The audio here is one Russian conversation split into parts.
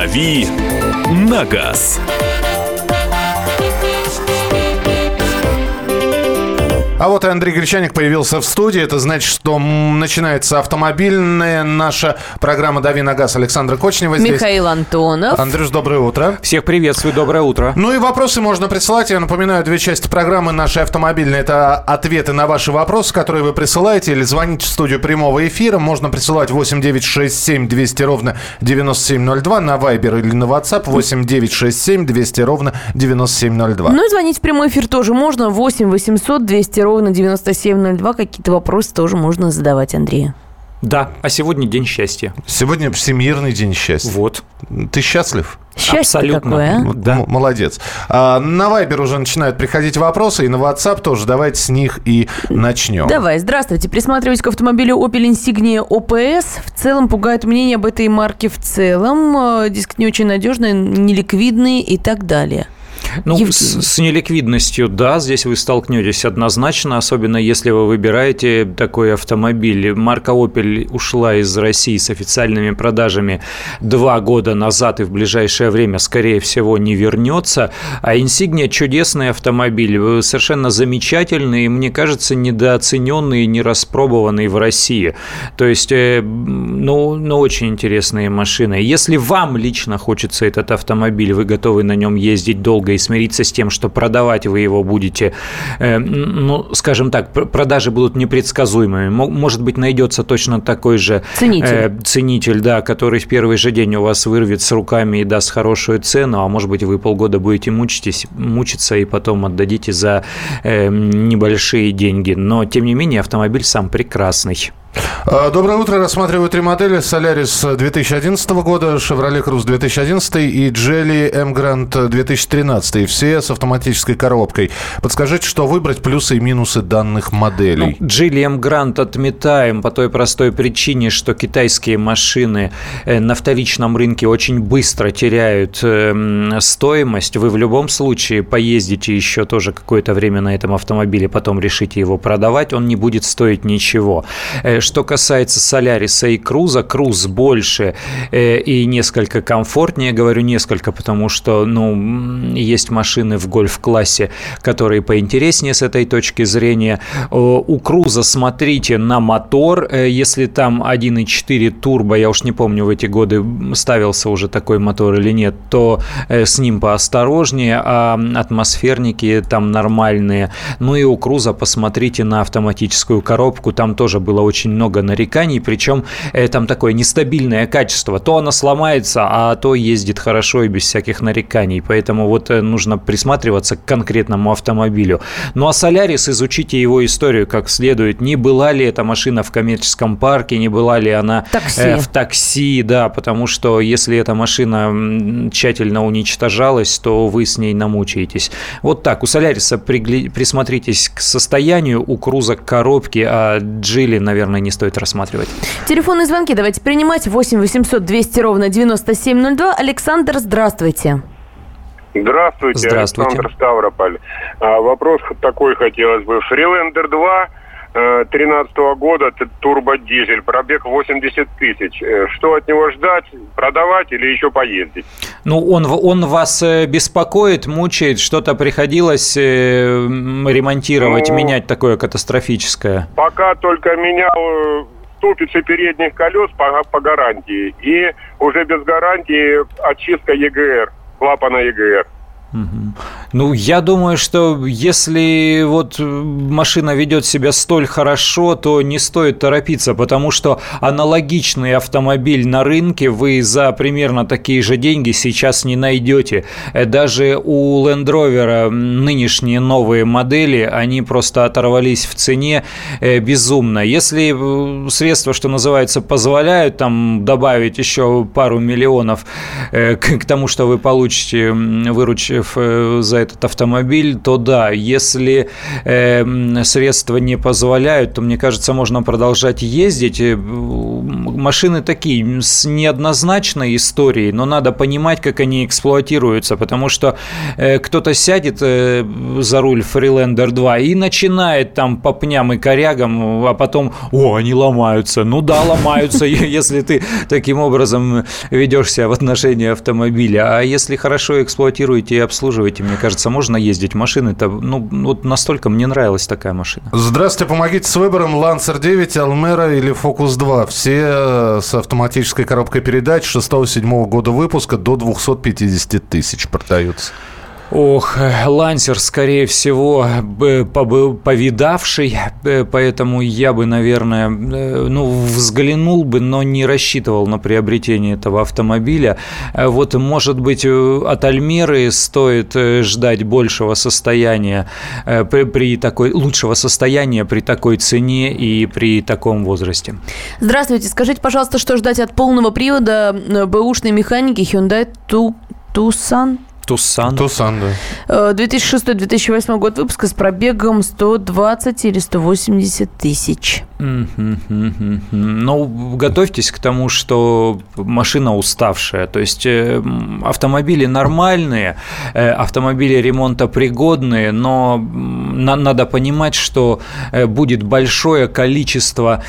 «Дави на газ». А вот и Андрей Гречаник появился в студии. Это значит, что начинается автомобильная наша программа «Дави на газ». Александра Кочнева здесь. Михаил Антонов. Андрюш, доброе утро. Всех приветствую, доброе утро. Ну и вопросы можно присылать. Я напоминаю, две части программы нашей автомобильной. Это ответы на ваши вопросы, которые вы присылаете, или звоните в студию прямого эфира. Можно присылать 8 967 200 ровно 9702 на Viber или на WhatsApp 8 967 200 ровно 9702. Ну и звонить в прямой эфир тоже можно. 8 800 200 ровно 9702. Какие-то вопросы тоже можно задавать Андрею. Да, а сегодня день счастья. Сегодня Всемирный день счастья. Вот. Ты счастлив? Счастье абсолютно. какое, а? Да. Молодец. На Viber уже начинают приходить вопросы, и на WhatsApp тоже. Давайте с них и начнем. Давай, здравствуйте. Присматриваюсь к автомобилю Opel Insignia OPS. В целом пугает мнение об этой марке в целом. Дескать, не очень надежные, неликвидные и так далее. Ну, с неликвидностью, да, здесь вы столкнетесь однозначно, особенно если вы выбираете такой автомобиль. Марка Opel ушла из России с официальными продажами 2 года назад и в ближайшее время, скорее всего, не вернется. А Insignia чудесный автомобиль, совершенно замечательный, и, мне кажется, недооцененный и не распробованный в России. То есть, очень интересные машины. Если вам лично хочется этот автомобиль, вы готовы на нем ездить долго и смириться с тем, что продавать вы его будете, скажем так, продажи будут непредсказуемыми. Может быть, найдется точно такой же ценитель, да, который в первый же день у вас вырвет с руками и даст хорошую цену, а может быть, вы полгода будете мучиться и потом отдадите за небольшие деньги. Но, тем не менее, автомобиль сам прекрасный. Доброе утро. Рассматриваю 3 модели. Solaris 2011 года, Chevrolet Cruze 2011 и Geely Emgrand 2013. Все с автоматической коробкой. Подскажите, что выбрать, плюсы и минусы данных моделей? Geely Emgrand отметаем по той простой причине, что китайские машины на вторичном рынке очень быстро теряют стоимость. Вы в любом случае поездите еще тоже какое-то время на этом автомобиле, потом решите его продавать, он не будет стоить ничего. Что касается Соляриса и Круза, Круз больше и несколько комфортнее. Говорю несколько, потому что есть машины в гольф-классе, которые поинтереснее с этой точки зрения. У Круза смотрите на мотор. Если там 1.4 турбо, я уж не помню, в эти годы ставился уже такой мотор или нет, то с ним поосторожнее, а атмосферники там нормальные. Ну и у Круза посмотрите на автоматическую коробку. Там тоже было очень много нареканий, причем там такое нестабильное качество. То она сломается, а то ездит хорошо и без всяких нареканий. Поэтому вот нужно присматриваться к конкретному автомобилю. Ну а Solaris, изучите его историю как следует. Не была ли эта машина в коммерческом парке, не была ли она в такси, да, потому что если эта машина тщательно уничтожалась, то вы с ней намучаетесь. Вот так. У Solaris присмотритесь к состоянию, у Круза к коробке, а Geely, наверное, не стоит рассматривать. Телефонные звонки давайте принимать. 8 800 200 ровно 9702. Александр, здравствуйте. Здравствуйте. Александр, Ставрополь. Вопрос такой хотелось бы. Freelander 2 2013 года, турбодизель, пробег 80 тысяч. Что от него ждать? Продавать или еще поездить? Ну, он вас беспокоит, мучает? Что-то приходилось ремонтировать, менять такое катастрофическое? Пока только менял ступицы передних колес по гарантии. И уже без гарантии очистка ЕГР, клапана ЕГР. Ну, я думаю, что если вот машина ведет себя столь хорошо, то не стоит торопиться, потому что аналогичный автомобиль на рынке вы за примерно такие же деньги сейчас не найдете. Даже у Land Rover нынешние новые модели, они просто оторвались в цене безумно. Если средства, что называется, позволяют там добавить еще пару миллионов к тому, что вы получите, выручив за этот автомобиль, то да, если средства не позволяют, то, мне кажется, можно продолжать ездить. Машины такие, с неоднозначной историей, но надо понимать, как они эксплуатируются, потому что кто-то сядет за руль Freelander 2 и начинает там по пням и корягам, а потом, они ломаются. Ну да, ломаются, если ты таким образом ведешь себя в отношении автомобиля. А если хорошо эксплуатируете и обслуживаете, мне кажется, можно ездить. Машины-то, вот настолько мне нравилась такая машина. Здравствуйте, помогите с выбором. Lancer 9, Almera или Focus 2. Все с автоматической коробкой передач 6-7 года выпуска, до 250 тысяч продаются. Ох, Лансер, скорее всего, повидавший, поэтому я бы, наверное, взглянул бы, но не рассчитывал на приобретение этого автомобиля. Вот, может быть, от Альмеры стоит ждать большего состояния, лучшего состояния при такой цене и при таком возрасте. Здравствуйте, скажите, пожалуйста, что ждать от полного привода бэушной механики Hyundai Tucson? Тусан, да. 2006-2008 год выпуска с пробегом 120 или 180 тысяч. Ну, готовьтесь к тому, что машина уставшая. То есть автомобили нормальные, автомобили ремонтопригодные, но надо понимать, что будет большое количество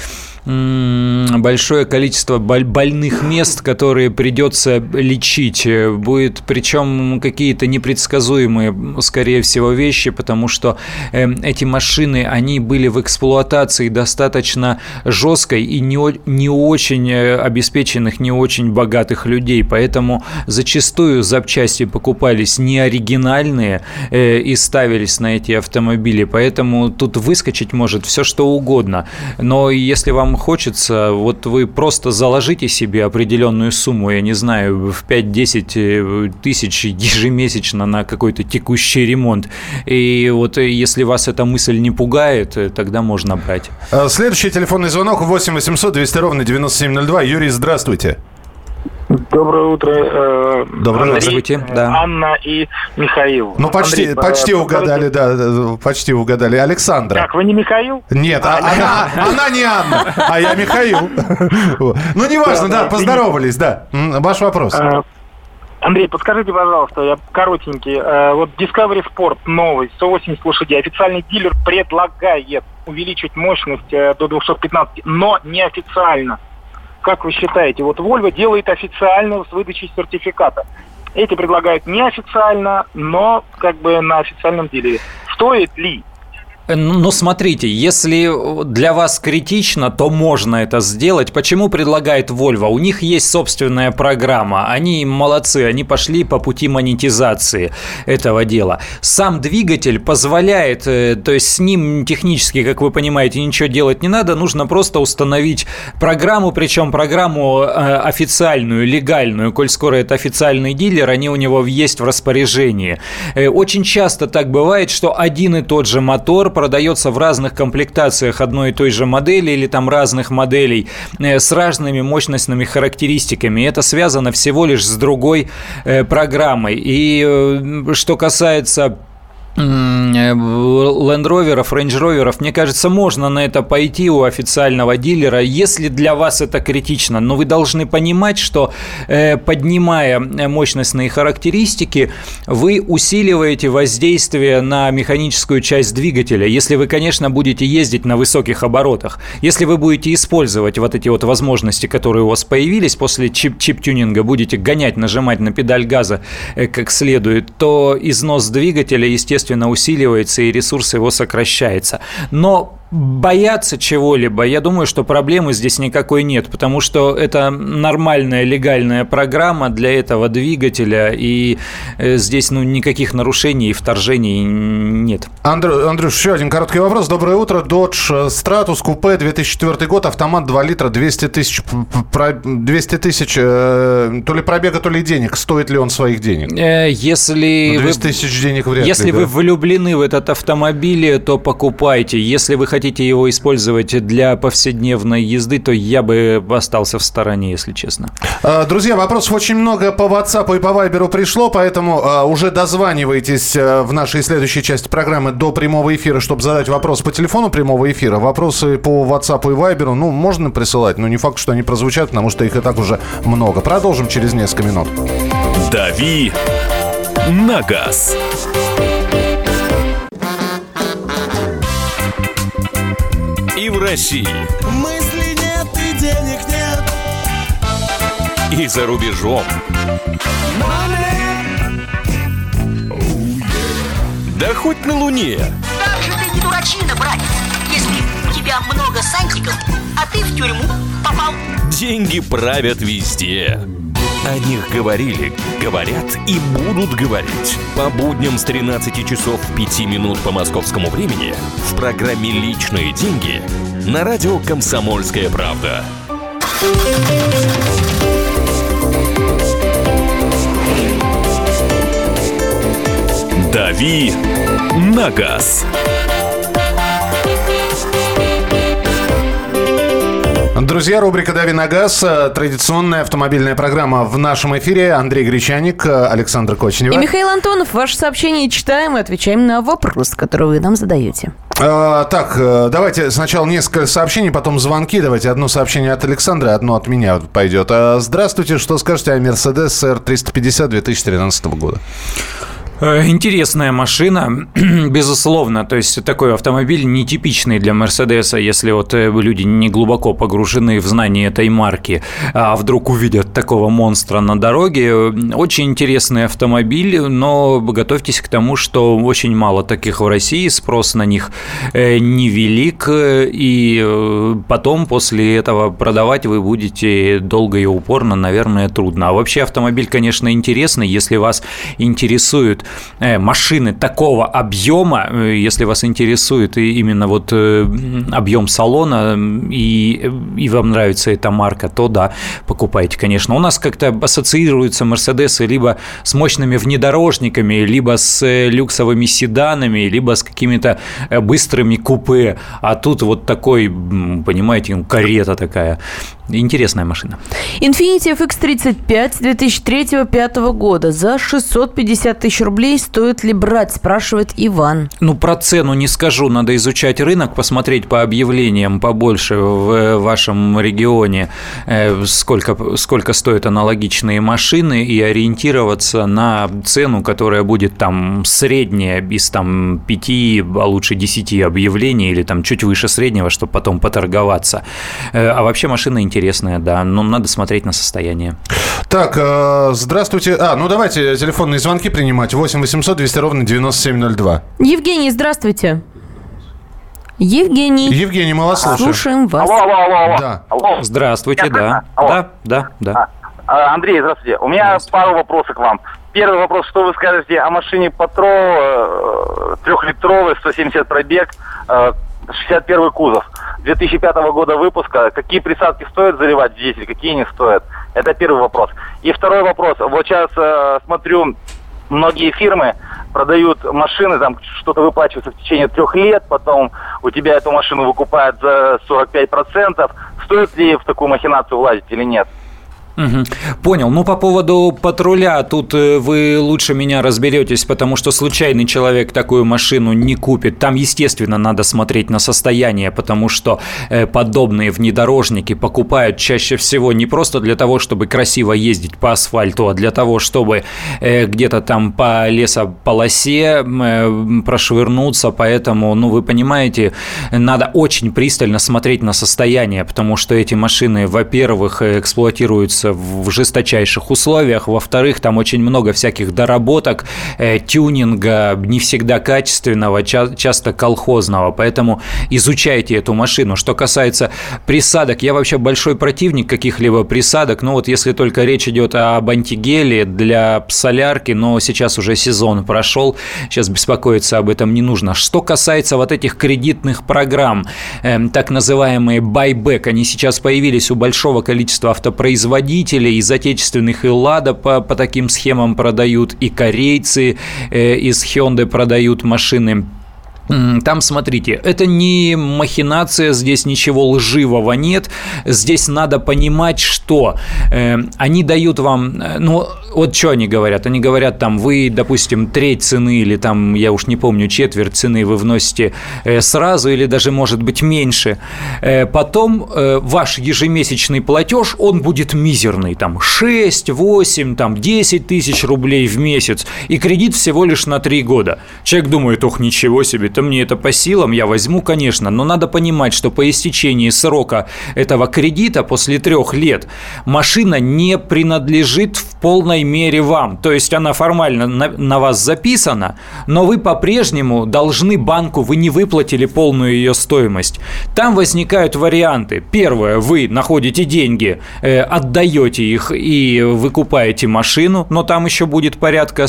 больных мест, которые придется лечить. Будет, причем, какие-то непредсказуемые, скорее всего, вещи, потому что эти машины, они были в эксплуатации достаточно жесткой и не очень обеспеченных, не очень богатых людей. Поэтому зачастую запчасти покупались не оригинальные и ставились на эти автомобили. Поэтому тут выскочить может все, что угодно. Но если вам хочется, вот вы просто заложите себе определенную сумму, я не знаю, в 5-10 тысяч ежемесячно на какой-то текущий ремонт. И вот если вас эта мысль не пугает, тогда можно брать. Следующий телефонный звонок 8 800 200 ровно 9702. Юрий, здравствуйте. Доброе утро. Доброе Андрей, утро. Да. Анна и Михаил. Ну, почти угадали, да, почти угадали. Александра. Как, вы не Михаил? Нет, она не Анна, а я Михаил. Ну, неважно, да, поздоровались, да. Ваш вопрос. Андрей, подскажите, пожалуйста, я коротенький. Вот Discovery Sport новый, 180 лошадей. Официальный дилер предлагает увеличить мощность до 215, но неофициально. Как вы считаете, вот Volvo делает официально с выдачей сертификата. Эти предлагают неофициально, но как бы на официальном дилере. Стоит ли? Ну, смотрите, если для вас критично, то можно это сделать. Почему предлагает Volvo? У них есть собственная программа. Они молодцы, они пошли по пути монетизации этого дела. Сам двигатель позволяет, то есть с ним технически, как вы понимаете, ничего делать не надо. Нужно просто установить программу, причем программу официальную, легальную. Коль скоро это официальный дилер, они у него есть в распоряжении. Очень часто так бывает, что один и тот же мотор продается в разных комплектациях одной и той же модели или там разных моделей с разными мощностными характеристиками. Это связано всего лишь с другой программой. И что касается Land Rover'ов, Range Rover'ов, мне кажется, можно на это пойти у официального дилера, если для вас это критично. Но вы должны понимать, что поднимая мощностные характеристики, вы усиливаете воздействие на механическую часть двигателя, если вы, конечно, будете ездить на высоких оборотах. Если вы будете использовать вот эти вот возможности, которые у вас появились после чип-тюнинга, будете гонять, нажимать на педаль газа как следует, то износ двигателя, естественно, усиливается и ресурс его сокращается. Но бояться чего-либо, я думаю, что проблемы здесь никакой нет, потому что это нормальная легальная программа для этого двигателя, и здесь никаких нарушений и вторжений нет. Андрюш, еще один короткий вопрос. Доброе утро. Dodge Stratus купе, 2004 год, автомат 2 литра, 200 тысяч, то ли пробега, то ли денег. Стоит ли он своих денег? Если 200 тысяч денег вряд ли. Если вы влюблены в этот автомобиль, то покупайте. Если вы хотите хотите его использовать для повседневной езды, то я бы остался в стороне, если честно. Друзья, вопросов очень много по WhatsApp и по Viber пришло, поэтому уже дозванивайтесь в нашей следующей части программы до прямого эфира, чтобы задать вопрос по телефону прямого эфира. Вопросы по WhatsApp и Viber, можно присылать, но не факт, что они прозвучат, потому что их и так уже много. Продолжим через несколько минут. «Дави на газ». И в России. Мысли нет и денег нет. И за рубежом. Да хоть на Луне. Как же ты не дурачина, братец, если у тебя много сантиков, а ты в тюрьму попал. Деньги правят везде. О них говорили, говорят и будут говорить. По будням с 13 часов 5 минут по московскому времени в программе «Личные деньги» на радио «Комсомольская правда». «Дави на газ». Друзья, рубрика «Дави на газ», традиционная автомобильная программа в нашем эфире. Андрей Гречаник, Александр Кочнева. И Михаил Антонов. Ваши сообщения читаем и отвечаем на вопрос, который вы нам задаете. Так, давайте сначала несколько сообщений, потом звонки. Давайте одно сообщение от Александра, одно от меня пойдет. Здравствуйте, что скажете о Mercedes CR350 2013 года? Интересная машина, безусловно. То есть такой автомобиль нетипичный для Мерседеса, если вот люди не глубоко погружены в знание этой марки, а вдруг увидят такого монстра на дороге. Очень интересный автомобиль, но готовьтесь к тому, что очень мало таких в России, спрос на них невелик, и потом после этого продавать вы будете долго и упорно, наверное, трудно. А вообще автомобиль, конечно, интересный, если вас интересует машины такого объема, если вас интересует именно вот объем салона и вам нравится эта марка, то да, покупайте, конечно. У нас как-то ассоциируются Мерседесы либо с мощными внедорожниками, либо с люксовыми седанами, либо с какими-то быстрыми купе, а тут вот такой, понимаете, карета такая. Интересная машина. Infiniti FX35 2003-2005 года за 650 тысяч рублей. Стоит ли брать, спрашивает Иван. Про цену не скажу. Надо изучать рынок, посмотреть по объявлениям побольше в вашем регионе, сколько стоят аналогичные машины, и ориентироваться на цену, которая будет там средняя из 5, а лучше 10 объявлений или там чуть выше среднего, чтобы потом поторговаться. А вообще машина интересная, да, но надо смотреть на состояние. Так, здравствуйте. Давайте телефонные звонки принимать. 8 800 200 ровно 9702. Евгений, здравствуйте. Евгений, мы вас слушаем. Слушаем вас. Алло. Да. Алло. Здравствуйте, да. Алло. Да. Андрей, здравствуйте. У меня пару вопросов к вам. Первый вопрос, что вы скажете о машине Патро 3-литровый, 170 пробег, 61 кузов, 2005 года выпуска. Какие присадки стоит заливать в дизель, какие не стоят? Это первый вопрос. И второй вопрос. Вот сейчас смотрю, многие фирмы продают машины, там что-то выплачивается в течение 3 лет, потом у тебя эту машину выкупают за 45%. Стоит ли в такую махинацию влазить или нет? Понял. По поводу патруля, тут вы лучше меня разберетесь, потому что случайный человек такую машину не купит. Там, естественно, надо смотреть на состояние, потому что подобные внедорожники покупают чаще всего не просто для того, чтобы красиво ездить по асфальту, а для того, чтобы где-то там по лесополосе прошвырнуться. Поэтому, вы понимаете, надо очень пристально смотреть на состояние, потому что эти машины, во-первых, эксплуатируются в жесточайших условиях, во-вторых, там очень много всяких доработок, тюнинга, не всегда качественного, часто колхозного, поэтому изучайте эту машину. Что касается присадок, я вообще большой противник каких-либо присадок, если только речь идет об антигеле для солярки, но сейчас уже сезон прошел, сейчас беспокоиться об этом не нужно. Что касается вот этих кредитных программ, так называемые байбек, они сейчас появились у большого количества автопроизводителей, из отечественных и «Лада» по таким схемам продают, и корейцы из Hyundai продают машины. Там, смотрите, это не махинация, здесь ничего лживого нет. Здесь надо понимать, что они дают вам... вот что они говорят? Они говорят, там, вы, допустим, треть цены или, там, я уж не помню, четверть цены вы вносите сразу или даже, может быть, меньше. Потом ваш ежемесячный платеж, он будет мизерный. Там 6, 8, там, 10 тысяч рублей в месяц. И кредит всего лишь на 3 года. Человек думает, ох, ничего себе, мне это по силам, я возьму, конечно, но надо понимать, что по истечении срока этого кредита после 3 лет машина не принадлежит в полной мере вам, то есть она формально на вас записана, но вы по-прежнему должны банку, вы не выплатили полную ее стоимость. Там возникают варианты. Первое, вы находите деньги, отдаете их и выкупаете машину, но там еще будет порядка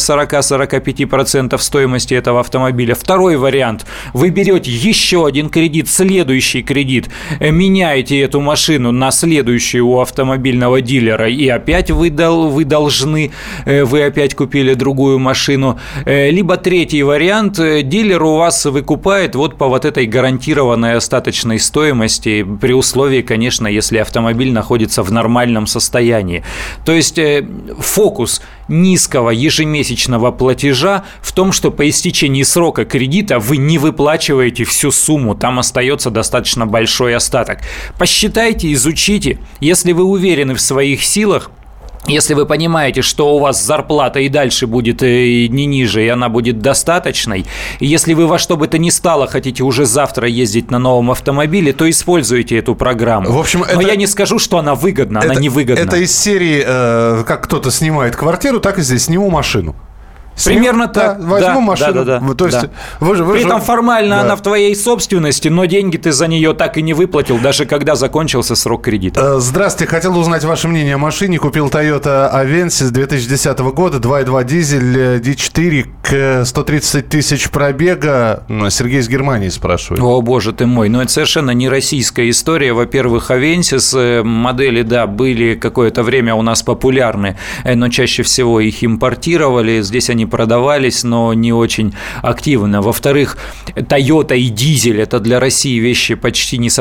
40-45% стоимости этого автомобиля. Второй вариант, вы берете еще один кредит, следующий кредит, меняете эту машину на следующую у автомобильного дилера, и опять вы должны, вы опять купили другую машину. Либо третий вариант, дилер у вас выкупает вот по вот этой гарантированной остаточной стоимости, при условии, конечно, если автомобиль находится в нормальном состоянии. То есть фокус низкого ежемесячного платежа в том, что по истечении срока кредита вы не выплачиваете всю сумму, там остается достаточно большой остаток. Посчитайте, изучите. Если вы уверены в своих силах, если вы понимаете, что у вас зарплата и дальше будет не ниже, и она будет достаточной, и если вы во что бы то ни стало хотите уже завтра ездить на новом автомобиле, то используйте эту программу. В общем, но я не скажу, что она выгодна, она невыгодна. Это из серии, как кто-то снимает квартиру, так и здесь сниму машину. Примерно так. Возьму машину. То есть, при этом формально она в твоей собственности, но деньги ты за нее так и не выплатил, даже когда закончился срок кредита. Здравствуйте, хотел узнать ваше мнение о машине. Купил Toyota Avensis 2010 года, 2.2 дизель, D4, к 130 тысяч пробега. Сергей из Германии спрашивает. О, боже ты мой, это совершенно не российская история. Во-первых, Avensis модели, были какое-то время у нас популярны, но чаще всего их импортировали. Здесь они продавались, но не очень активно. Во-вторых, Toyota и дизель – это для России вещи почти не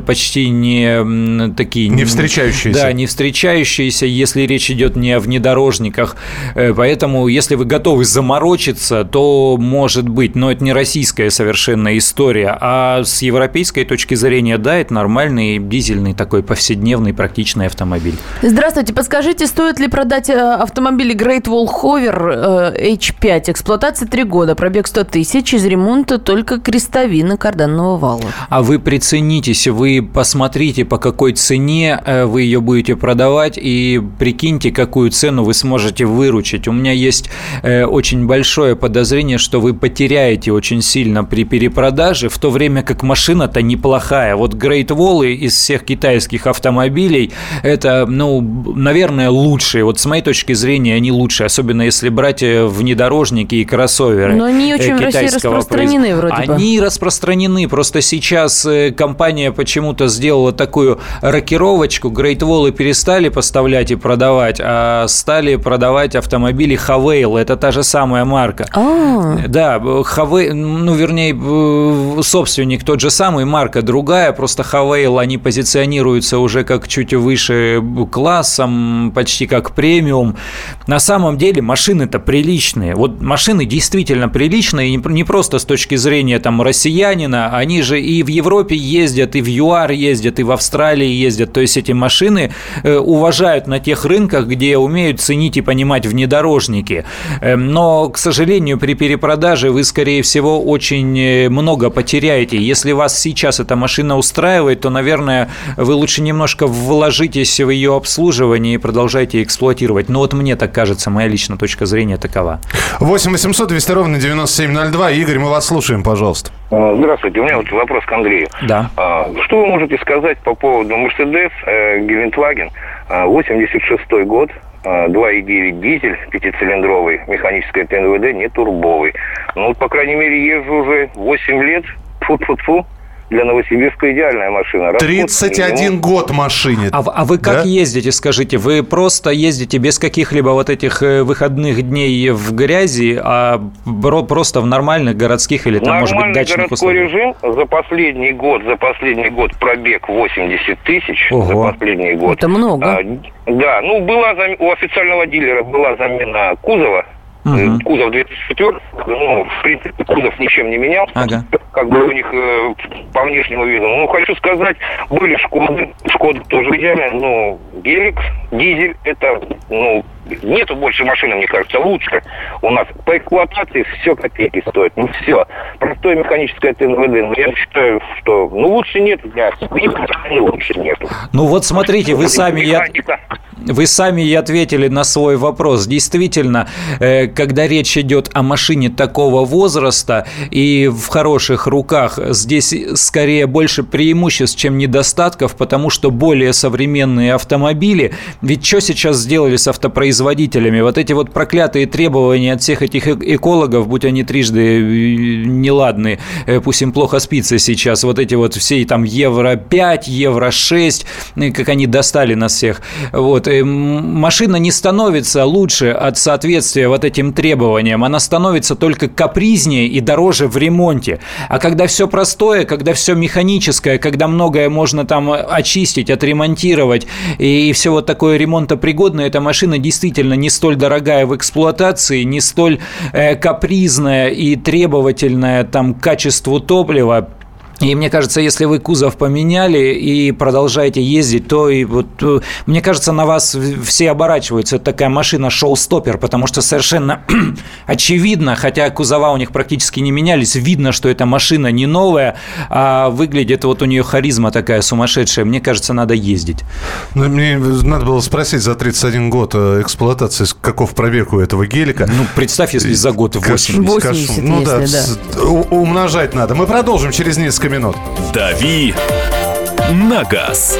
такие... Не встречающиеся. Да, не встречающиеся, если речь идет не о внедорожниках. Поэтому, если вы готовы заморочиться, то может быть, но это не российская совершенно история. А с европейской точки зрения, да, это нормальный дизельный такой повседневный практичный автомобиль. Здравствуйте, подскажите, стоит ли продать автомобили Great Wall Hover H5, эксплуатация 3 года, пробег 100 тысяч, из ремонта только крестовина карданного вала. А вы приценитесь, вы посмотрите, по какой цене вы ее будете продавать, и прикиньте, какую цену вы сможете выручить. У меня есть очень большое подозрение, что вы потеряете очень сильно при перепродаже, в то время как машина-то неплохая. Вот Great Wall из всех китайских автомобилей, это, наверное, лучшие. Вот с моей точки зрения, они лучшие, особенно если брать внедорожники и кроссоверы. Но они очень в России распространены вроде бы. Они распространены, просто сейчас компания почему-то сделала такую рокировочку, Great Wall перестали поставлять и продавать, а стали продавать автомобили Havail, это та же самая марка. Да, Havail, вернее, собственник тот же самый, марка другая, просто Havail, они позиционируются уже как чуть выше классом, почти как премиум. На самом деле машины-то приличные. Вот машины действительно приличные, не просто с точки зрения россиянина, они же и в Европе ездят, и в ЮАР ездят, и в Австралии ездят. То есть эти машины уважают на тех рынках, где умеют ценить и понимать внедорожники. Но, к сожалению, при перепродаже вы, скорее всего, очень много потеряете. Если вас сейчас эта машина устраивает, то, наверное, вы лучше немножко вложитесь в ее обслуживание и продолжайте эксплуатировать. Но вот мне так кажется, моя личная точка зрения такова. 8 800 200 ровно 9702. Игорь, мы вас слушаем, пожалуйста. Здравствуйте, у меня вопрос к Андрею. Да. Что вы можете сказать по поводу Mercedes Geländewagen, 86-й год, 2.9 дизель, 5-цилиндровый, механическая ТНВД, не турбовый. По крайней мере, езжу уже 8 лет, фу-фу-фу. для Новосибирска идеальная машина. 31 год машине. А вы как ездите, скажите? Вы просто ездите без каких-либо вот этих выходных дней в грязи, а просто в нормальных городских или там, может быть, дачных условиях? Нормальный городской режим за последний год пробег 80 тысяч. Ого. За последний год. Это много. Да, у официального дилера была замена кузова. Кузов 2004, в принципе, кузов ничем не менялся. Ага. Как бы у них по внешнему виду. Хочу сказать, были Шкоды тоже идеальные, но Гелик, дизель, это, нету больше машины, мне кажется, лучше. У нас по эксплуатации все копейки стоит. Все. Простое механическое ТНВД. Я считаю, что лучше нет для лучше нету. Вот смотрите, вы сами и ответили на свой вопрос. Действительно, когда речь идет о машине такого возраста и в хороших руках, здесь скорее больше преимуществ, чем недостатков, потому что более современные автомобили. Ведь что сейчас сделали с автопроизводителями? Вот эти вот проклятые требования от всех этих экологов, будь они трижды неладны, пусть им плохо спится сейчас, вот эти вот все там Евро-5, Евро-6, как они достали нас всех. Машина не становится лучше от соответствия вот этим требованиям, она становится только капризнее и дороже в ремонте. А когда все простое, когда все механическое, когда многое можно там очистить, отремонтировать и все вот такое ремонтопригодное, эта машина действительно не столь дорогая в эксплуатации, не столь капризная и требовательная там к качеству топлива. И мне кажется, если вы кузов поменяли и продолжаете ездить, то мне кажется, на вас все оборачиваются. Это такая машина шоу-стоппер, потому что совершенно очевидно, хотя кузова у них практически не менялись, видно, что эта машина не новая, а выглядит у нее харизма такая сумасшедшая. Мне кажется, надо ездить. Мне надо было спросить за 31 год эксплуатации, каков пробег у этого гелика. Представь, если за год 80. 80, умножать надо. Мы продолжим через несколько минут. Дави на газ.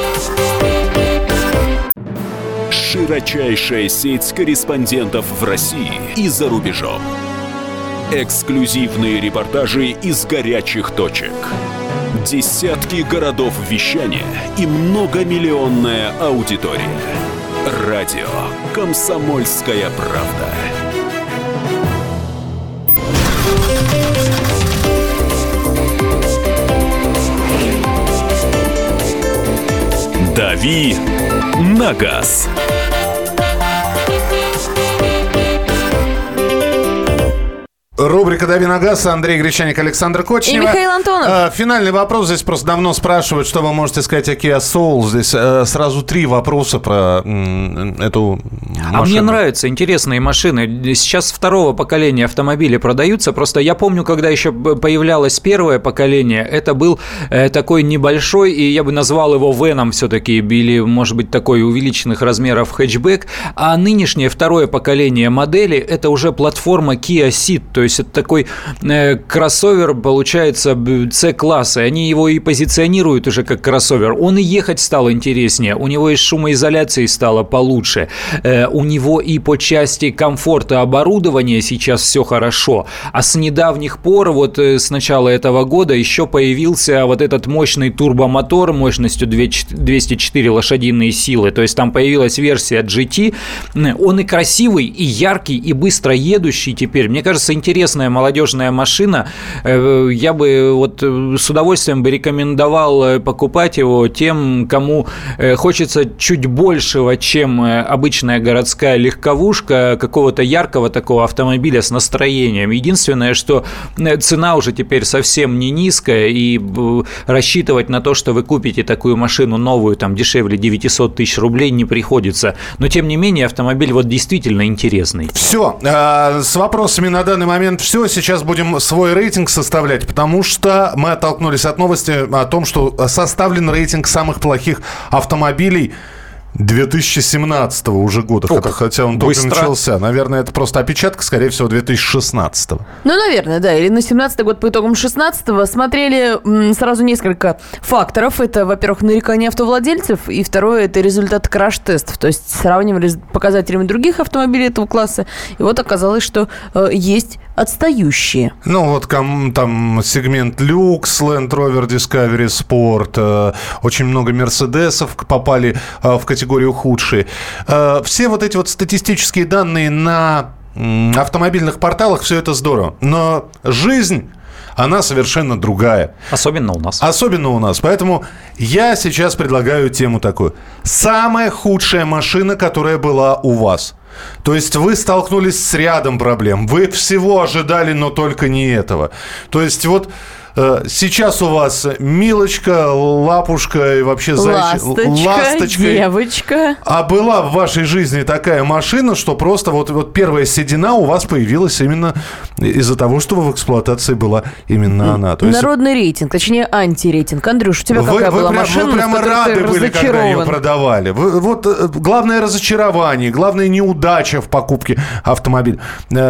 Широчайшая сеть корреспондентов в России и за рубежом. Эксклюзивные репортажи из горячих точек. Десятки городов вещания и многомиллионная аудитория. Радио «Комсомольская правда». «Дави на газ». Рубрика «Дави на газ». Андрей Гречаник, Александр Кочнева. И Михаил Антонов. Финальный вопрос. Здесь просто давно спрашивают, что вы можете сказать о Kia Soul. Здесь сразу 3 вопроса про эту машину. А мне нравятся интересные машины. Сейчас второго поколения автомобили продаются. Просто я помню, когда еще появлялось первое поколение, это был такой небольшой, и я бы назвал его веном все-таки, или, может быть, такой увеличенных размеров хэтчбэк. А нынешнее второе поколение модели – это уже платформа Kia Ceed. То есть это такой кроссовер, получается, C-класса. Они его и позиционируют уже как кроссовер. Он и ехать стал интереснее. У него и с шумоизоляцией стало получше. У него и по части комфорта оборудования сейчас все хорошо. А с недавних пор, с начала этого года, еще появился вот этот мощный турбомотор мощностью 204 лошадиные силы. То есть там появилась версия GT. Он и красивый, и яркий, и быстро едущий теперь. Мне кажется, интересная молодежная машина. Я бы с удовольствием бы рекомендовал покупать его тем, кому хочется чуть большего, чем обычная городская легковушка, какого-то яркого такого автомобиля с настроением. Единственное, что цена уже теперь совсем не низкая, и рассчитывать на то, что вы купите такую машину новую, там, дешевле 900 тысяч рублей, не приходится. Но, тем не менее, автомобиль действительно интересный. Все. С вопросами на данный момент все. Сейчас будем свой рейтинг составлять, потому что мы оттолкнулись от новости о том, что составлен рейтинг самых плохих автомобилей 2017 уже года, хотя он только начался. Наверное, это просто опечатка, скорее всего, 2016. Ну, наверное, да. Или на 17-й год по итогам 16-го смотрели сразу несколько факторов. Это, во-первых, нарекания автовладельцев, и второе, это результат краш-тестов. То есть сравнивали с показателями других автомобилей этого класса, и вот оказалось, что есть отстающие. Ну, вот там сегмент люкс, Land Rover Discovery Sport, очень много мерседесов попали в категорию худшие. Все вот эти вот статистические данные на автомобильных порталах, все это здорово. Но жизнь, она совершенно другая. Особенно у нас. Особенно у нас. Поэтому я сейчас предлагаю тему такую. Самая худшая машина, которая была у вас. То есть вы столкнулись с рядом проблем. Вы всего ожидали, но только не этого. То есть вот сейчас у вас Милочка, Лапушка и вообще Ласточка, девочка. А была в вашей жизни такая машина, что просто вот первая седина у вас появилась именно из-за того, что в эксплуатации была именно она. То есть... Народный рейтинг, точнее антирейтинг. Андрюш, у тебя какая была машина, вы прямо рады были, когда ее продавали. Вот главное разочарование, главная неудача в покупке автомобиля.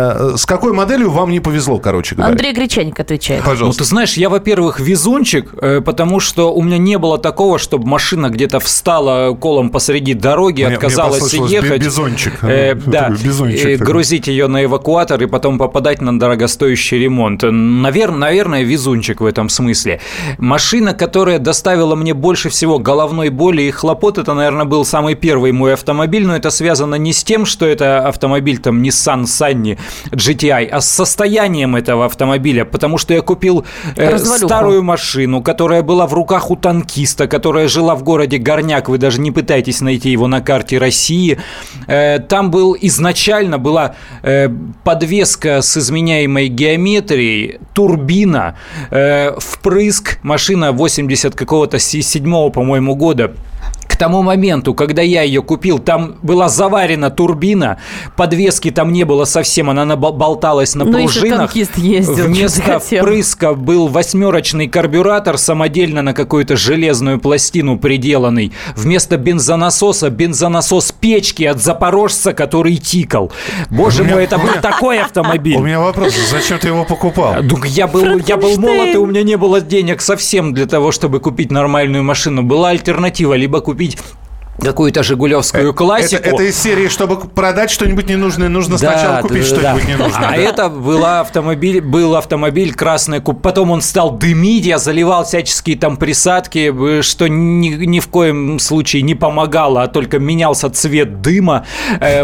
С какой моделью вам не повезло, короче говоря? Андрей Гречаник отвечает. Пожалуйста. Ну, ты знаешь, я, во-первых, везунчик, потому что у меня не было такого, чтобы машина где-то встала колом посреди дороги, отказалась ехать. Бизончик. Да, грузить ее на эвакуатор и потом попадать на дорогостоящий ремонт. Наверное, везунчик в этом смысле. Машина, которая доставила мне больше всего головной боли и хлопот, это, наверное, был самый первый мой автомобиль, но это связано не с тем, что это автомобиль там Nissan Sunny GTI, а с состоянием этого автомобиля, потому что я купил старую машину, которая была в руках у танкиста, которая жила в городе Горняк, вы даже не пытайтесь найти его на карте России. Там изначально была подвеска с изменяемой геометрией, турбина, впрыск, машина 80 какого-то 7-го, по-моему, года. К тому моменту, когда я ее купил, там была заварена турбина, подвески там не было совсем, она болталась на пружинах. Ездил, вместо впрыска был 8-очный карбюратор, самодельно на какую-то железную пластину приделанный. Вместо бензонасоса бензонасос печки от запорожца, который тикал. Боже мой, это был такой автомобиль. У меня вопрос, зачем ты его покупал? Я был молод, и у меня не было денег совсем для того, чтобы купить нормальную машину. Была альтернатива, либо купить какую-то жигулевскую классику. Это из серии, чтобы продать что-нибудь ненужное, нужно сначала купить что-нибудь ненужное. А это был автомобиль красный, потом он стал дымить, я заливал всяческие там присадки, что ни в коем случае не помогало, а только менялся цвет дыма. Я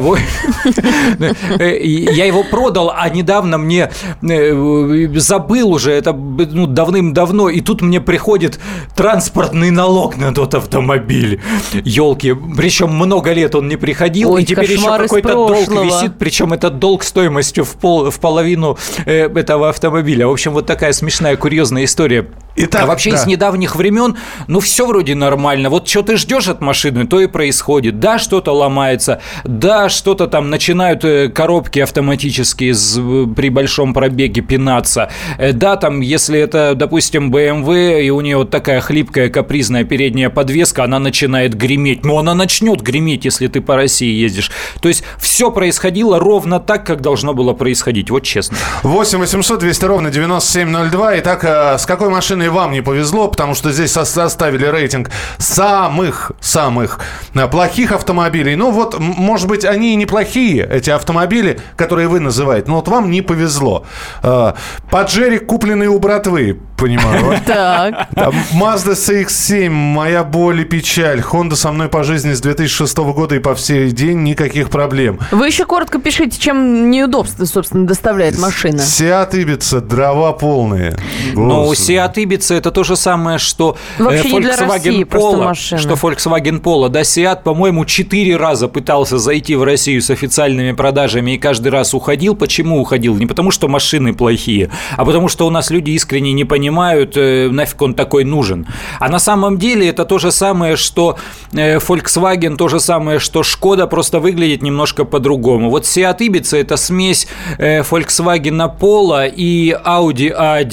его продал, а недавно мне забыл уже, это давным-давно, и тут мне приходит транспортный налог на тот автомобиль. Ёлки. Причем много лет он не приходил, и теперь еще какой-то долг висит, причем этот долг стоимостью в половину этого автомобиля. В общем, вот такая смешная, курьезная история. А вообще из недавних времен, все вроде нормально. Вот что ты ждешь от машины, то и происходит. Да, что-то ломается, да, что-то там начинают коробки автоматические при большом пробеге пинаться. Да, там, если это, допустим, BMW, и у нее вот такая хлипкая, капризная передняя подвеска, она начинает греметь. Она начнет греметь, если ты по России ездишь. То есть все происходило ровно так, как должно было происходить. Вот честно. 8 800 200 ровно 9702. Итак, с какой машиной вам не повезло? Потому что здесь составили рейтинг самых плохих автомобилей. Может быть, они и неплохие, эти автомобили, которые вы называете. Но вот вам не повезло. Паджерик, купленный у братвы, понимаю. Так. Mazda CX-7, моя боль и печаль. Honda со мной по жизни с 2006 года и по сей день никаких проблем. Вы еще коротко пишите, чем неудобство, собственно, доставляет машина. Seat Ibiza, дрова полные. Ну, Seat Ibiza это то же самое, что Volkswagen Polo. Что Volkswagen Polo. Да, Seat, по-моему, 4 раза пытался зайти в Россию с официальными продажами и каждый раз уходил. Почему уходил? Не потому, что машины плохие, а потому, что у нас люди искренне не понимают, нафиг он такой нужен. А на самом деле это то же самое, что Volkswagen, то же самое, что Шкода, просто выглядит немножко по-другому. Вот Seat Ibiza – это смесь Volkswagen Polo и Audi A1.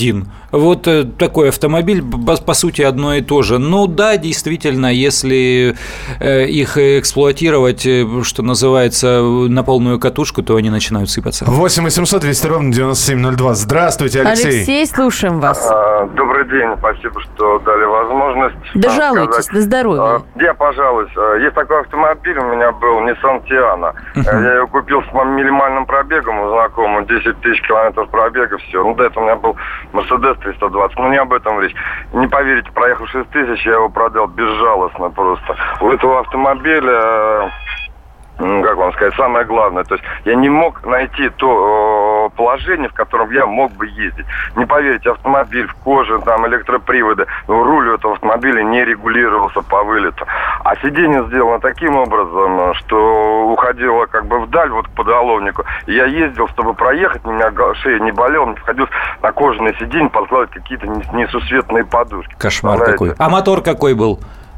Вот такой автомобиль, по сути, одно и то же. Ну да, действительно, если их эксплуатировать, что называется, на полную катушку, то они начинают сыпаться. 8 800 200 ровно 9702. Здравствуйте, Алексей. Алексей, слушаем вас. Добрый день, спасибо, что дали возможность. Да жалуйтесь, на здоровье. Я пожалуюсь. Есть такой автомобиль у меня был, Nissan Tiana. Я его купил с минимальным пробегом у знакомого, 10 тысяч километров пробега, все. Ну, до этого у меня был Mercedes 320, но не об этом речь. Не поверите, проехал 6 тысяч, я его продал безжалостно просто. У этого автомобиля... как вам сказать, самое главное, то есть я не мог найти то положение, в котором я мог бы ездить. Не поверите, автомобиль в коже, там электроприводы, руль у этого автомобиля не регулировался по вылету. А сиденье сделано таким образом, что уходило как бы вдаль, вот к подголовнику. И я ездил, чтобы проехать, у меня шея не болела, мне приходилось на кожаное сиденье подкладывать какие-то несусветные подушки. Кошмар какой. А мотор какой был?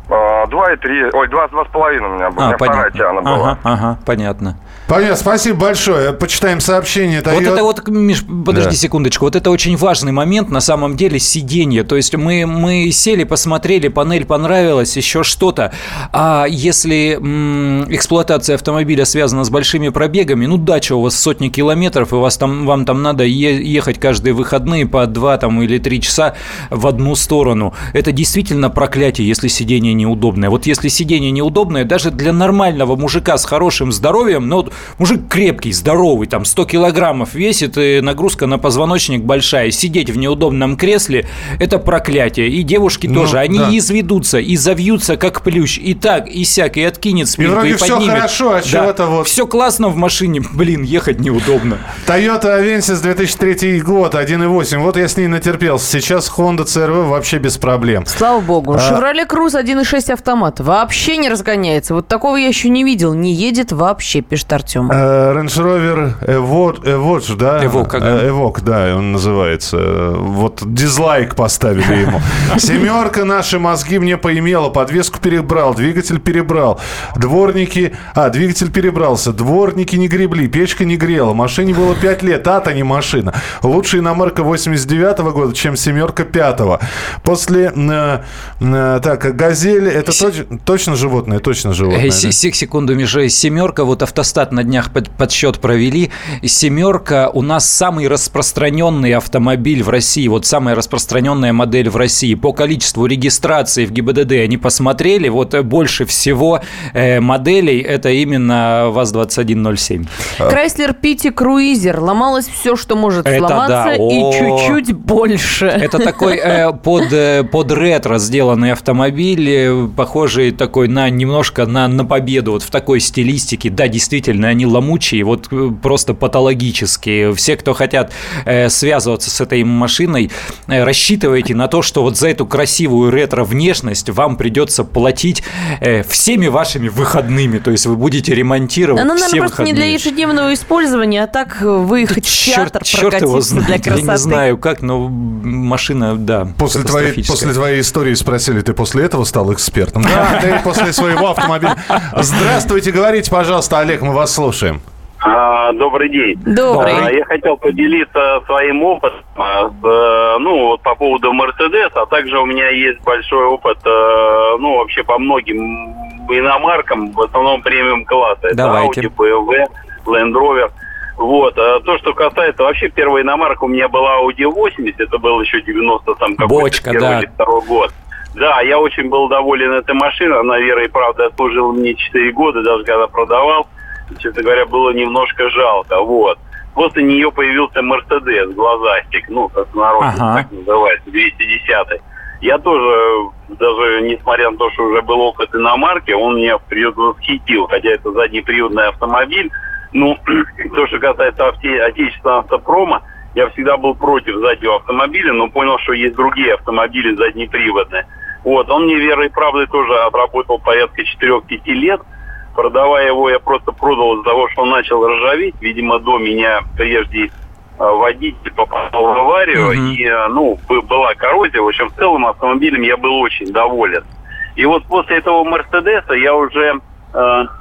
2,3, ой, 2,5 у меня был. У меня вторая Tiana была. Ага, понятно. Понятно, спасибо большое. Почитаем сообщение. Вот это вот, Миш, подожди секундочку. Вот это очень важный момент, на самом деле, сиденье. То есть мы сели, посмотрели, панель понравилась, еще что-то. А если эксплуатация автомобиля связана с большими пробегами, ну, дача у вас сотни километров, и вам там надо ехать каждые выходные по 2 или 3 часа в одну сторону. Это действительно проклятие, если сиденье неудобное. Вот если сиденье неудобное, даже для нормального мужика с хорошим здоровьем, ну, вот мужик крепкий, здоровый, там 100 килограммов весит, и нагрузка на позвоночник большая, сидеть в неудобном кресле – это проклятие. И девушки тоже, они изведутся и завьются, как плющ, и так, и сяк, и откинет спинку, и поднимет. Все хорошо, а чего-то вот… Все классно в машине, ехать неудобно. Toyota Avensis 2003 год, 1.8, вот я с ней натерпелся. Сейчас Honda CR-V вообще без проблем. Слава богу. Chevrolet Cruze 1.6 автомат. Вообще не разгоняется. Вот такого я еще не видел. Не едет вообще, пишет Артем. Range Rover Evoque, да? Evoque, да, он называется. Вот дизлайк поставили ему. Семерка наши мозги мне поимела. Подвеску перебрал, двигатель перебрал. Двигатель перебрался. Дворники не гребли, печка не грела. Машине было 5 лет, а-то не машина. Лучше иномарка 89-го года, чем семерка 5-го. После... Газель, это точно животное? Точно животное. Секунду, Миша. Семерка, вот Автостат на днях подсчет провели. Семерка у нас самый распространенный автомобиль в России. Вот самая распространенная модель в России. По количеству регистраций в ГИБДД они посмотрели. Вот больше всего моделей это именно ВАЗ-2107. Chrysler Pity Cruiser. Ломалось все, что может сломаться, и чуть-чуть больше. Это такой под ретро сделанный автомобиль, похожий такой немножко на Победу, вот в такой стилистике. Да, действительно, они ломучие, вот просто патологические. Все, кто хотят связываться с этой машиной, рассчитывайте на то, что вот за эту красивую ретро-внешность вам придется платить всеми вашими выходными. То есть вы будете ремонтировать все выходные. Она, наверное, просто не для ежедневного использования, а так выехать в театр, прокатиться для красоты. Я не знаю как, но машина, да, после твоей истории спросили, ты после этого стал экспертом? Да, ты после своего автомобиля. Здравствуйте, говорите, пожалуйста, Олег, мы вас слушаем. Добрый день. Добрый. Я хотел поделиться своим опытом, по поводу Mercedes, а также у меня есть большой опыт, вообще по многим иномаркам, в основном премиум-класса. Давайте. Это Audi, BMW, Land Rover. Вот. То, что касается, вообще первая иномарка у меня была Audi 80, это был еще 90 Бочка, первый или второй год. Да, я очень был доволен этой машиной, она, верой и правдой, отслужила мне 4 года, даже когда продавал, честно говоря, было немножко жалко, вот. После нее появился Mercedes, глазастик, простонародно так называется, 210-й. Я тоже, даже несмотря на то, что уже был опыт иномарки, он меня восхитил, хотя это заднеприводный автомобиль. То, что касается отечественного автопрома, я всегда был против заднего автомобиля, но понял, что есть другие автомобили заднеприводные. Вот, он мне, верой и правдой, тоже отработал порядка 4-5 лет. Продавая его, я просто продал из-за того, что он начал ржаветь. Видимо, до меня прежде водитель попал в аварию, и, была коррозия. В общем, в целом автомобилем я был очень доволен. И вот после этого Мерседеса я уже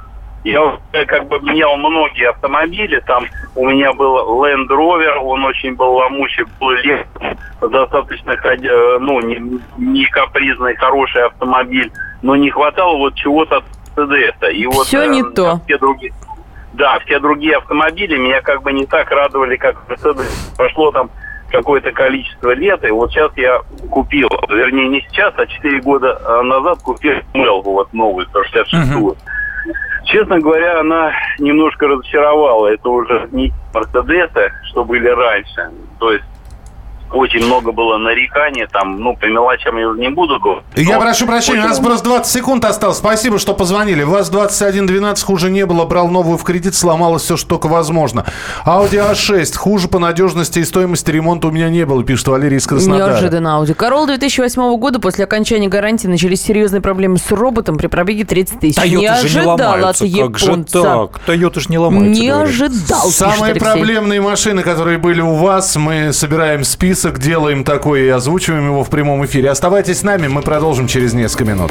Я как бы менял многие автомобили. Там у меня был Land Rover, он очень был ломучий, был достаточно, не капризный, хороший автомобиль. Но не хватало вот чего-то от Мерседеса. И вот все не то. Все другие автомобили меня как бы не так радовали, как Мерседес. Прошло там какое-то количество лет, и вот сейчас я купил, вернее, не сейчас, а 4 года назад купил Мелву, вот новую, 166-ю. Честно говоря, она немножко разочаровала. Это уже не Мерседесы, что были раньше. То есть очень много было нареканий, там, по мелочам я не буду говорить. Я прошу прощения, у нас просто 20 секунд осталось. Спасибо, что позвонили. ВАЗ-2112 хуже не было, брал новую в кредит, сломалось все, что только возможно. Audi A6 хуже по надежности и стоимости ремонта у меня не было, пишет Валерий из Краснодара. Неожиданно Audi. Corolla 2008 года после окончания гарантии начались серьезные проблемы с роботом при пробеге 30 тысяч. Не ожидал от японца. Как же так? Тойота же не ломается. Не ожидал. Самые проблемные машины, которые были у вас, мы собираем список, делаем такой и озвучиваем его в прямом эфире. Оставайтесь с нами, мы продолжим через несколько минут.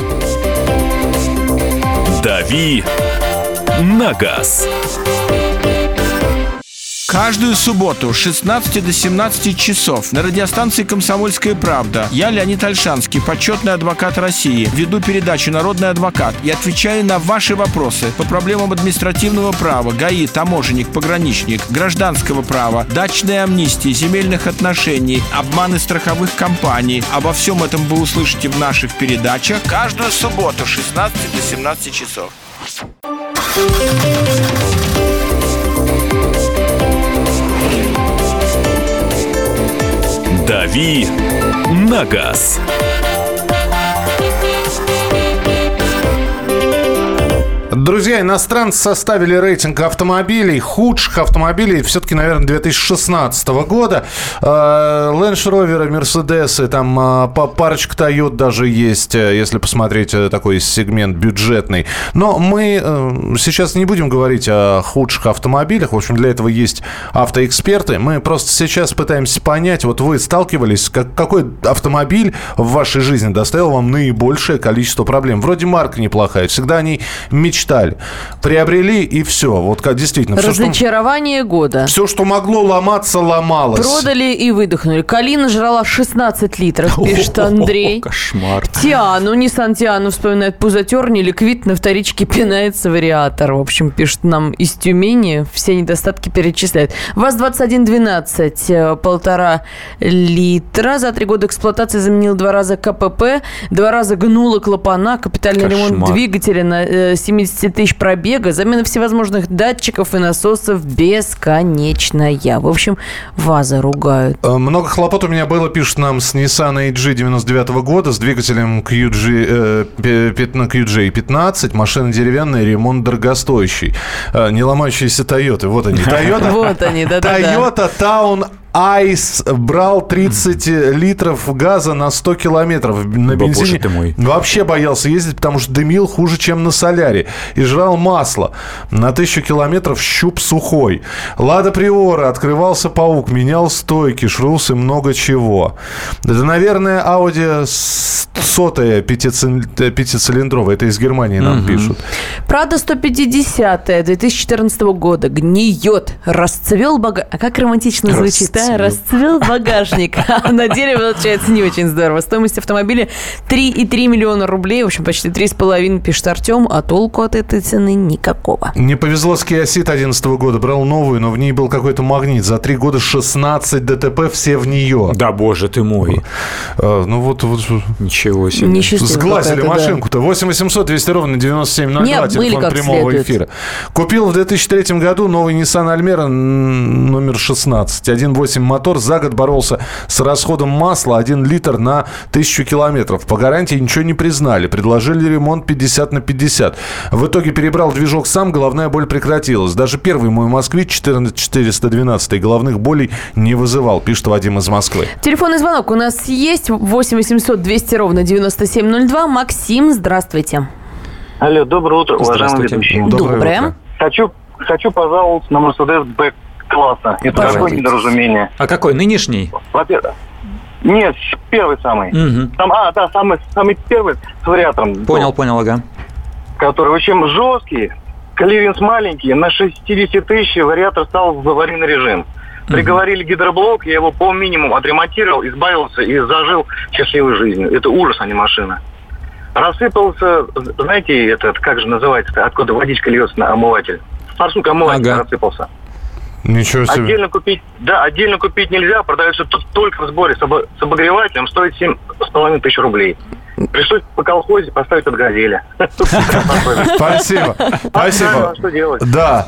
«Дави на газ». Каждую субботу с 16 до 17 часов на радиостанции «Комсомольская правда» я, Леонид Ольшанский, почетный адвокат России, веду передачу «Народный адвокат» и отвечаю на ваши вопросы по проблемам административного права, ГАИ, таможенник, пограничник, гражданского права, дачной амнистии, земельных отношений, обманы страховых компаний. Обо всем этом вы услышите в наших передачах каждую субботу с 16 до 17 часов. «Дави на газ». Друзья, иностранцы составили рейтинг автомобилей, худших автомобилей, все-таки, наверное, 2016 года. Land Rover, Mercedes, там парочка Toyota даже есть, если посмотреть такой сегмент бюджетный. Но мы сейчас не будем говорить о худших автомобилях. В общем, для этого есть автоэксперты. Мы просто сейчас пытаемся понять, вот вы сталкивались, какой автомобиль в вашей жизни доставил вам наибольшее количество проблем. Вроде марка неплохая, всегда о ней мечтали. Приобрели, и все. Вот как действительно. Разочарование года. Все, что могло ломаться, ломалось. Продали и выдохнули. Калина жрала 16 литров, пишет Андрей. Кошмар. Тиану, Nissan Тиану вспоминает пузатер, неликвид, на вторичке пинается вариатор. В общем, пишет нам из Тюмени, все недостатки перечисляют. ВАЗ-2112, 1,5 литра. За 3 года эксплуатации заменил 2 раза КПП, 2 раза гнула клапана, капитальный ремонт двигателя на 70 тысяч пробега, замена всевозможных датчиков и насосов бесконечная. В общем, ВАЗа ругают. Много хлопот у меня было, пишет нам, с Nissan AG 99 года, с двигателем QJ15. Машина деревянная, ремонт дорогостоящий. Не ломающиеся Toyota. Вот они. Toyota Town Айс брал 30 литров газа на 100 километров на бензине. Боже ты мой. Вообще боялся ездить, потому что дымил хуже, чем на соляре. И жрал масло. На 1000 километров щуп сухой. Лада Приора, открывался паук, менял стойки, шрус и много чего. Это, наверное, Audi 100 пятицилиндровая. Это из Германии нам пишут. Прада 150 2014 года. Гниет. Расцвел багажник. А как романтично звучит, а? Расцвел багажник. А на деле получается не очень здорово. Стоимость автомобиля 3,3 миллиона рублей. В общем, почти 3,5, пишет Артем. А толку от этой цены никакого. Не повезло с Kia Ceed 2011 года. Брал новую, но в ней был какой-то магнит. За 3 года 16 ДТП, все в нее. Да, боже ты мой. Ну вот. Ничего себе. Сглазили машинку-то. 8 800 200 ровно 9702. Телефон прямого эфира. Купил в 2003 году новый Nissan Almera номер 16. 1.8 мотор. За год боролся с расходом масла 1 литр на 1000 километров. По гарантии ничего не признали. Предложили ремонт 50 на 50. В итоге перебрал движок сам. Головная боль прекратилась. Даже первый мой «Москвич» 14412 головных болей не вызывал. Пишет Вадим из Москвы. Телефонный звонок у нас есть. 8 800 200 ровно 9702. Максим, здравствуйте. Алло, доброе утро, уважаемые ведущие. Доброе. Хочу пожаловаться на Mercedes Б-класса. Это такое недоразумение. А какой? Нынешний? Во-первых, нет, первый самый. Угу. Самый первый с вариатором. Понял, ага. Который очень жесткий, клиренс маленький, на 60 тысяч вариатор стал в аварийный режим. Приговорили гидроблок, я его по минимуму отремонтировал, избавился и зажил счастливой жизнью. Это ужас, а не машина. Рассыпался, знаете, этот, как же называется, откуда водичка льется на омыватель? Форсунок омыватель рассыпался. Ничего себе. Отдельно купить нельзя, продается только в сборе с обогревателем, стоит 7,5 тысяч рублей. Пришлось по колхозе поставить от «Газели». Спасибо. Что делать? Да.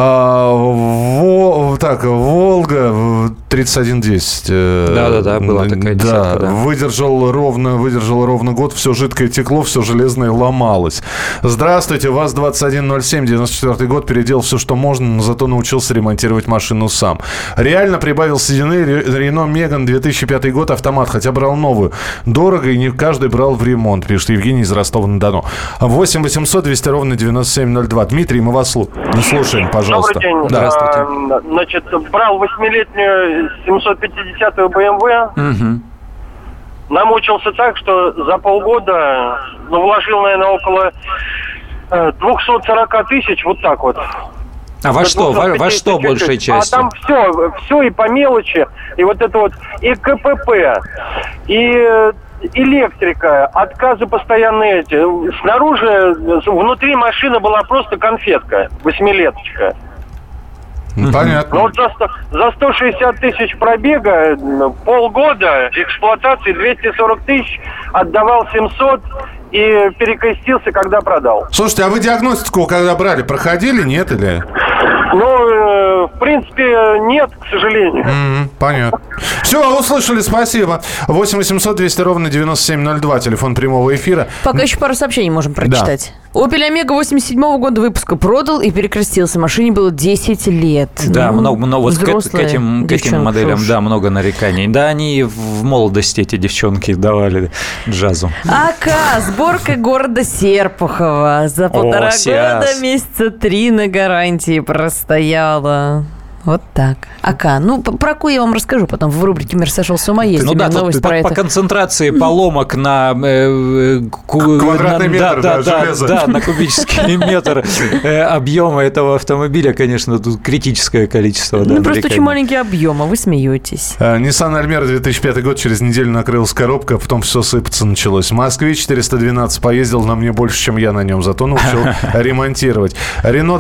Так, «Волга» 3110. Да, была такая десятка. Да. Выдержал ровно год, все жидкое текло, все железное ломалось. Здравствуйте, ВАЗ-2107, 94 год, переделал все, что можно, но зато научился ремонтировать машину сам. Реально прибавил седины. Рено Меган, 2005 год, автомат, хотя брал новую. Дорого, и не каждый брал в ремонт, пишет Евгений из Ростова-на-Дону. 8 800 200 ровно 9702. Дмитрий, мы вас слушаем, пожалуйста. Добрый день. Здравствуйте. Значит, брал 8-летнюю 750-ю BMW. Угу. Намучился так, что за полгода вложил, наверное, около 240 тысяч, вот так вот. А во что большей частью? А там все и по мелочи, и вот это вот, и КПП, и электрика, отказы постоянные эти. Снаружи, внутри машины была просто конфетка, 8-леточка. Понятно. Ну вот за 160 тысяч пробега, полгода эксплуатации, 240 тысяч, отдавал 700 и перекрестился, когда продал. Слушайте, а вы диагностику, когда брали, проходили, нет или... Ну, в принципе, нет, к сожалению. Понятно. Все, услышали, спасибо. 8 800 200 ровно 9702, телефон прямого эфира. Пока еще пару сообщений можем прочитать. Opel Omega 87 года выпуска продал и перекрестился. Машине было 10 лет. Да, много вот к этим моделям, да, много нареканий. Да, они в молодости, эти девчонки, давали джазу. АК, сборка города Серпухова. За 1,5 года месяца 3 на гарантии простояла. Вот так. АК. Ну, про КУ я вам расскажу потом в рубрике «Мир сошел с ума». Есть новость про это. По концентрации поломок на квадратный метр железа. Да, на кубический метр объема этого автомобиля, конечно, тут критическое количество. Ну, просто очень маленький объем, а вы смеетесь. Nissan Almera 2005 год, через неделю накрылась коробка, а потом все сыпаться началось. Москве 412 поездил, на мне больше, чем я на нем, зато научил ремонтировать. Рено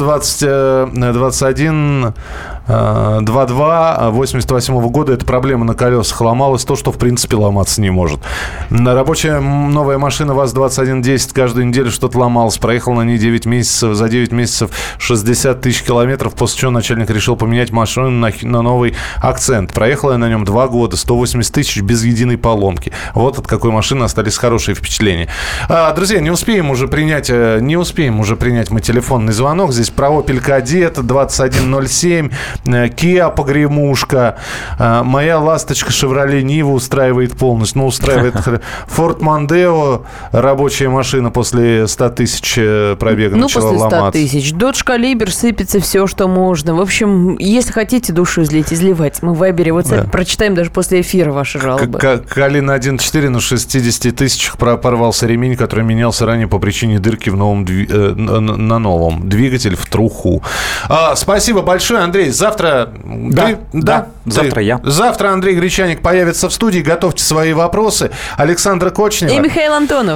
21... 2.2 88 года, это проблема на колесах. Ломалось то, что в принципе ломаться не может. Рабочая новая машина ВАЗ-2110, каждую неделю что-то ломалось. Проехал на ней 9 месяцев, за 9 месяцев 60 тысяч километров, после чего начальник решил поменять машину на новый акцент. Проехала я на нем 2 года, 180 тысяч без единой поломки. Вот от какой машины остались хорошие впечатления. Друзья, не успеем уже принять мы телефонный звонок. Здесь про Opel Kadett 2107, Kia погремушка, моя ласточка Chevrolet Niva устраивает полностью. Ну, устраивает Ford Mondeo, рабочая машина после 100 тысяч пробега начала ломаться. Ну, после 100 тысяч. Dodge Caliber, сыпется все, что можно. В общем, если хотите душу изливать, мы в Вайбере, WhatsApp прочитаем даже после эфира ваши жалобы. Калина 1.4 на 60 тысячах порвался ремень, который менялся ранее по причине дырки в на новом. Двигатель в труху. Спасибо большое, Андрей. Завтра... Завтра я. Завтра Андрей Гречаник появится в студии. Готовьте свои вопросы. Александра Кочнева. И Михаил Антонов.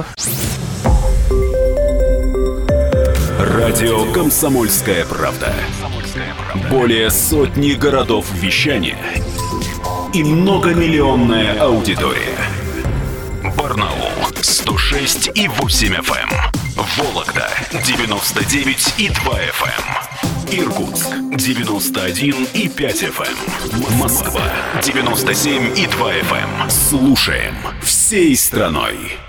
Радио «Комсомольская правда». Более сотни городов вещания и многомиллионная аудитория. Барнаул 106,8 FM. Вологда 99,2 FM. Иркутск 91,5 FM. Москва 97,2 FM. Слушаем всей страной.